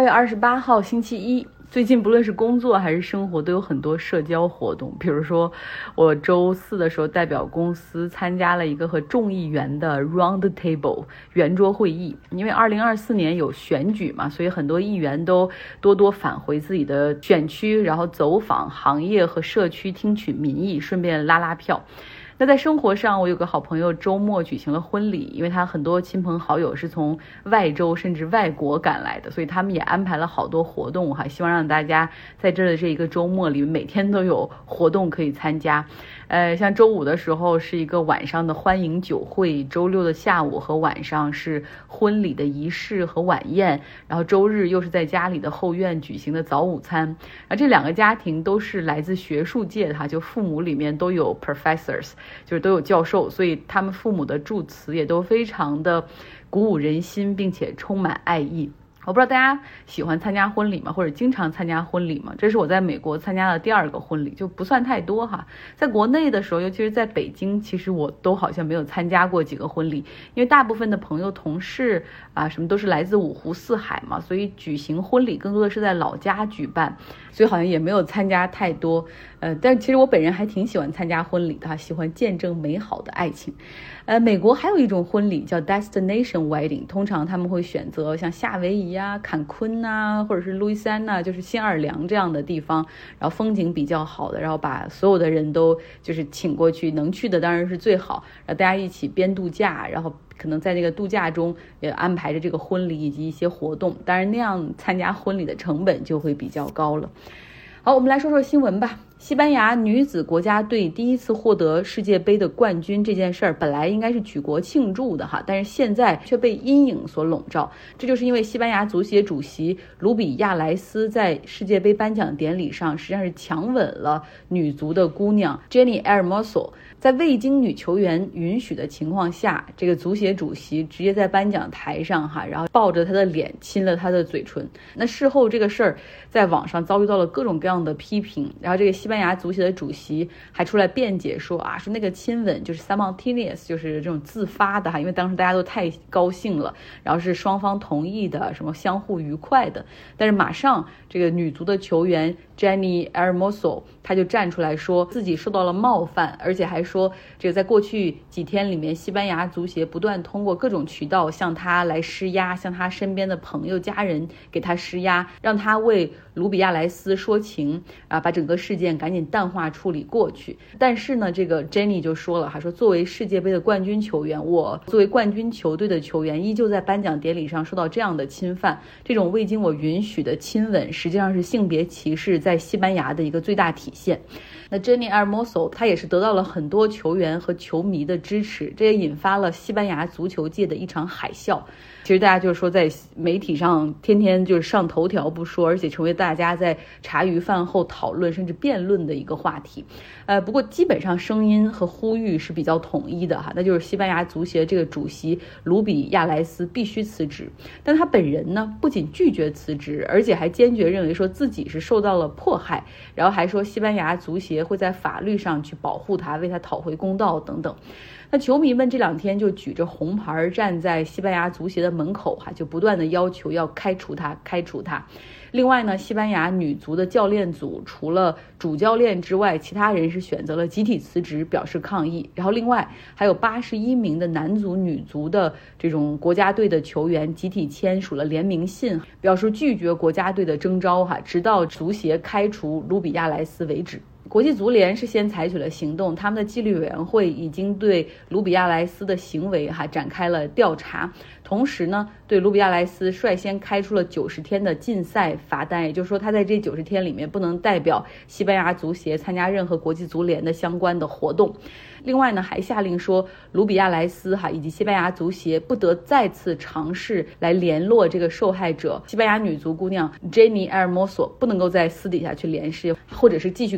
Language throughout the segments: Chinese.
8月28号星期一，最近不论是工作还是生活都有很多社交活动，比如说我周四的时候代表公司参加了一个和众议员的 round table 圆桌会议。因为2024年有选举嘛，所以很多议员都多多返回自己的选区，然后走访行业和社区，听取民意，顺便拉拉票。那在生活上，我有个好朋友周末举行了婚礼，因为他很多亲朋好友是从外州甚至外国赶来的，所以他们也安排了好多活动哈，希望让大家在这儿的这一个周末里每天都有活动可以参加。像周五的时候是一个晚上的欢迎酒会，周六的下午和晚上是婚礼的仪式和晚宴，然后周日又是在家里的后院举行的早午餐。这两个家庭都是来自学术界的，就父母里面都有 professors， 就是都有教授，所以他们父母的祝词也都非常的鼓舞人心，并且充满爱意。我不知道大家喜欢参加婚礼吗，或者经常参加婚礼吗？这是我在美国参加的第二个婚礼，就不算太多哈。在国内的时候，尤其是在北京，其实我都好像没有参加过几个婚礼，因为大部分的朋友同事什么都是来自五湖四海嘛，所以举行婚礼更多的是在老家举办，所以好像也没有参加太多。但其实我本人还挺喜欢参加婚礼的，喜欢见证美好的爱情。美国还有一种婚礼叫 destination wedding， 通常他们会选择像夏威夷啊、坎昆啊，或者是路易斯安那，就是新奥尔良这样的地方，然后风景比较好的，然后把所有的人都就是请过去，能去的当然是最好，然后大家一起边度假，然后可能在这个度假中也安排着这个婚礼以及一些活动，当然那样参加婚礼的成本就会比较高了。好，我们来说说新闻吧。西班牙女子国家队第一次获得世界杯的冠军这件事儿，本来应该是举国庆祝的哈，但是现在却被阴影所笼罩。这就是因为西班牙足协主席卢比亚莱斯在世界杯颁奖典礼上，实际上是强吻了女足的姑娘 Jenny Hermoso。在未经女球员允许的情况下，这个足协主席直接在颁奖台上然后抱着她的脸亲了她的嘴唇。那事后这个事儿在网上遭遇到了各种各样的批评，然后这个西班牙足协的主席还出来辩解说说那个亲吻就是 simultaneous， 就是这种自发的因为当时大家都太高兴了，然后是双方同意的，什么相互愉快的。但是马上这个女足的球员 Jenny Hermoso 她就站出来说自己受到了冒犯，而且还说这个在过去几天里面，西班牙足协不断通过各种渠道向她来施压，向她身边的朋友家人给她施压，让她为卢比亚莱斯说情把整个事件赶紧淡化处理过去。但是呢，这个 Jenny 就说了说作为世界杯的冠军球员，我作为冠军球队的球员，依旧在颁奖典礼上受到这样的侵犯，这种未经我允许的亲吻实际上是性别歧视在西班牙的一个最大体现。那 Jenny Hermoso 她也是得到了很多球员和球迷的支持，这也引发了西班牙足球界的一场海啸。其实大家就是说在媒体上天天就是上头条不说，而且成为大家在茶余饭后讨论甚至辩论的一个话题。不过基本上声音和呼吁是比较统一的那就是西班牙足协这个主席卢比亚莱斯必须辞职。但他本人呢，不仅拒绝辞职，而且还坚决认为说自己是受到了迫害，然后还说西班牙足协会在法律上去保护他，为他讨回公道等等。那球迷们这两天就举着红牌站在西班牙足协的门口就不断的要求要开除他。另外呢，西班牙女足的教练组除了主教练之外，其他人是选择了集体辞职表示抗议。然后另外还有81名的男足女足的这种国家队的球员集体签署了联名信，表示拒绝国家队的征召直到足协开除卢比亚莱斯为止。国际足联是先采取了行动，他们的纪律委员会已经对卢比亚莱斯的行为展开了调查，同时呢，对卢比亚莱斯率先开出了90天的禁赛罚单，也就是说他在这90天里面不能代表西班牙足协参加任何国际足联的相关的活动。另外呢，还下令说卢比亚莱斯以及西班牙足协不得再次尝试来联络这个受害者西班牙女足姑娘 Jenny Hermoso， 不能够在私底下去联系或者是继续给她施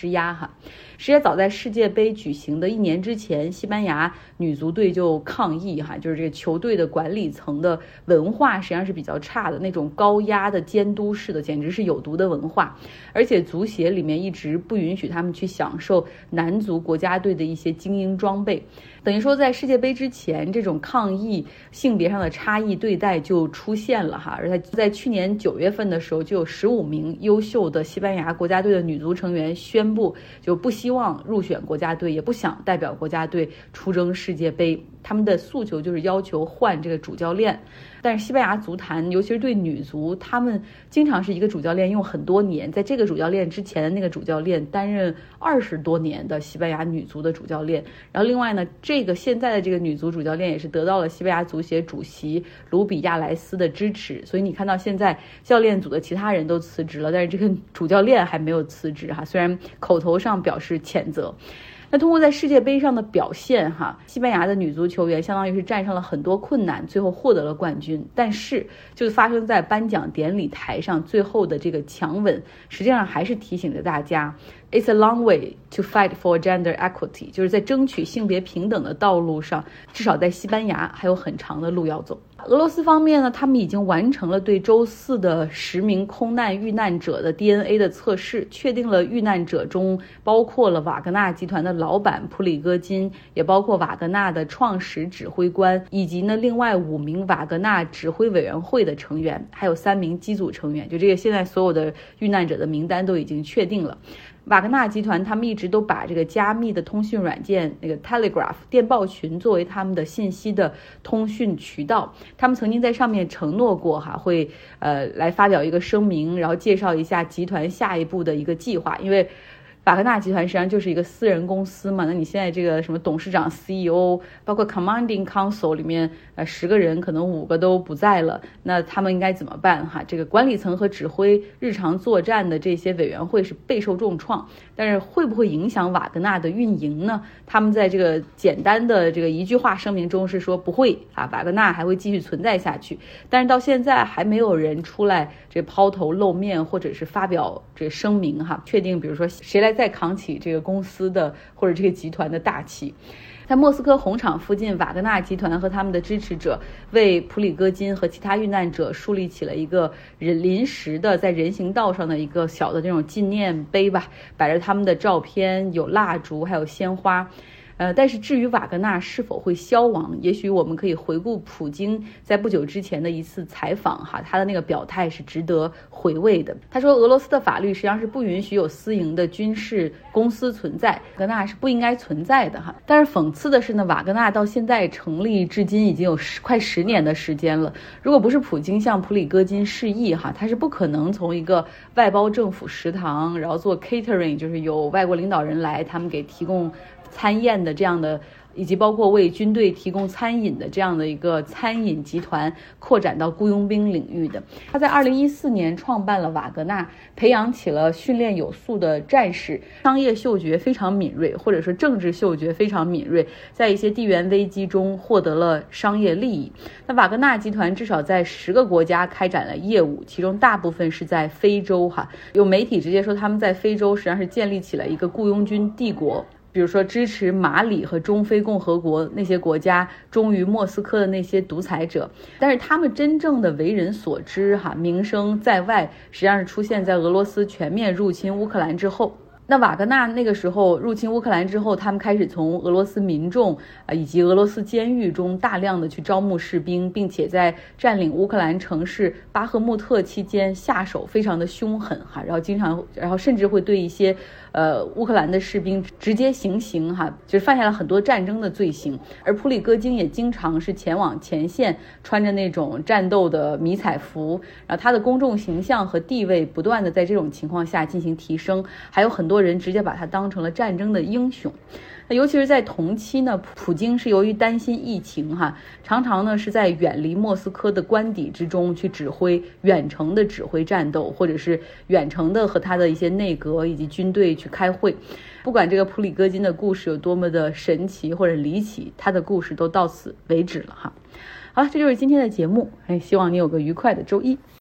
施压哈。实际早在世界杯举行的1年之前，西班牙女足队就抗议哈，就是这个球队的管理层的文化实际上是比较差的，那种高压的监督式的简直是有毒的文化，而且足协里面一直不允许他们去享受男足国家队的一些精英装备，等于说在世界杯之前，这种抗议性别上的差异对待就出现了哈。而在去年9月份的时候，就有15名优秀的西班牙国家队的女足成员宣布就不希望入选国家队，也不想代表国家队出征世界杯。他们的诉求就是要求换这个主教练。但是西班牙足坛，尤其是对女足，他们经常是一个主教练用很多年，在这个主教练之前的那个主教练担任20多年的西班牙女足的主教练。然后另外呢，这个现在的这个女足主教练也是得到了西班牙足协主席卢比亚莱斯的支持，所以你看到现在教练组的其他人都辞职了，但是这个主教练还没有辞职哈，虽然口头上表示谴责。那通过在世界杯上的表现哈，西班牙的女足球员相当于是战胜了很多困难，最后获得了冠军。但是就发生在颁奖典礼台上最后的这个强吻，实际上还是提醒着大家 It's a long way to fight for gender equity， 就是在争取性别平等的道路上，至少在西班牙还有很长的路要走。俄罗斯方面呢，他们已经完成了对周4的10名空难遇难者的 DNA 的测试，确定了遇难者中包括了瓦格纳集团的老板普里戈金，也包括瓦格纳的创始指挥官，以及呢另外5名瓦格纳指挥委员会的成员，还有3名机组成员。就这个现在所有的遇难者的名单都已经确定了。瓦格纳集团他们一直都把这个加密的通讯软件那个 Telegraph 电报群作为他们的信息的通讯渠道，他们曾经在上面承诺过会来发表一个声明，然后介绍一下集团下一步的一个计划。因为瓦格纳集团实际上就是一个私人公司嘛，那你现在这个什么董事长 CEO 包括 Commanding Council 里面10个人可能5个都不在了，那他们应该怎么办哈？这个管理层和指挥日常作战的这些委员会是备受重创，但是会不会影响瓦格纳的运营呢？他们在这个简单的这个一句话声明中是说不会啊，瓦格纳还会继续存在下去。但是到现在还没有人出来这抛头露面或者是发表这声明哈，确定比如说谁来再扛起这个公司的或者这个集团的大旗。在莫斯科红场附近，瓦格纳集团和他们的支持者为普里戈金和其他遇难者树立起了一个临时的在人行道上的一个小的这种纪念碑吧，摆着他们的照片，有蜡烛还有鲜花。但是至于瓦格纳是否会消亡，也许我们可以回顾普京在不久之前的一次采访哈，他的那个表态是值得回味的。他说俄罗斯的法律实际上是不允许有私营的军事公司存在，瓦格纳是不应该存在的哈。但是讽刺的是呢，瓦格纳到现在成立至今已经有快10年的时间了，如果不是普京向普里戈金示意哈，他是不可能从一个外包政府食堂，然后做 catering， 就是有外国领导人来，他们给提供餐宴的这样的，以及包括为军队提供餐饮的这样的一个餐饮集团，扩展到雇佣兵领域的。他在2014年创办了瓦格纳，培养起了训练有素的战士，商业嗅觉非常敏锐，或者说政治嗅觉非常敏锐，在一些地缘危机中获得了商业利益。那瓦格纳集团至少在10个国家开展了业务，其中大部分是在非洲哈。有媒体直接说他们在非洲实际上是建立起了一个雇佣军帝国。比如说支持马里和中非共和国那些国家忠于莫斯科的那些独裁者，但是他们真正的为人所知哈，名声在外，实际上是出现在俄罗斯全面入侵乌克兰之后。那瓦格纳那个时候入侵乌克兰之后，他们开始从俄罗斯民众以及俄罗斯监狱中大量的去招募士兵，并且在占领乌克兰城市巴赫穆特期间下手非常的凶狠哈，然后甚至会对一些乌克兰的士兵直接行刑哈，就是犯下了很多战争的罪行。而普里戈金也经常是前往前线，穿着那种战斗的迷彩服，然后他的公众形象和地位不断的在这种情况下进行提升，还有很多人直接把他当成了战争的英雄。那尤其是在同期呢，普京是由于担心疫情哈，常常呢是在远离莫斯科的官邸之中去远程的指挥战斗，或者是远程的和他的一些内阁以及军队去开会。不管这个普里戈金的故事有多么的神奇或者离奇，他的故事都到此为止了哈。好了，这就是今天的节目，希望你有个愉快的周一。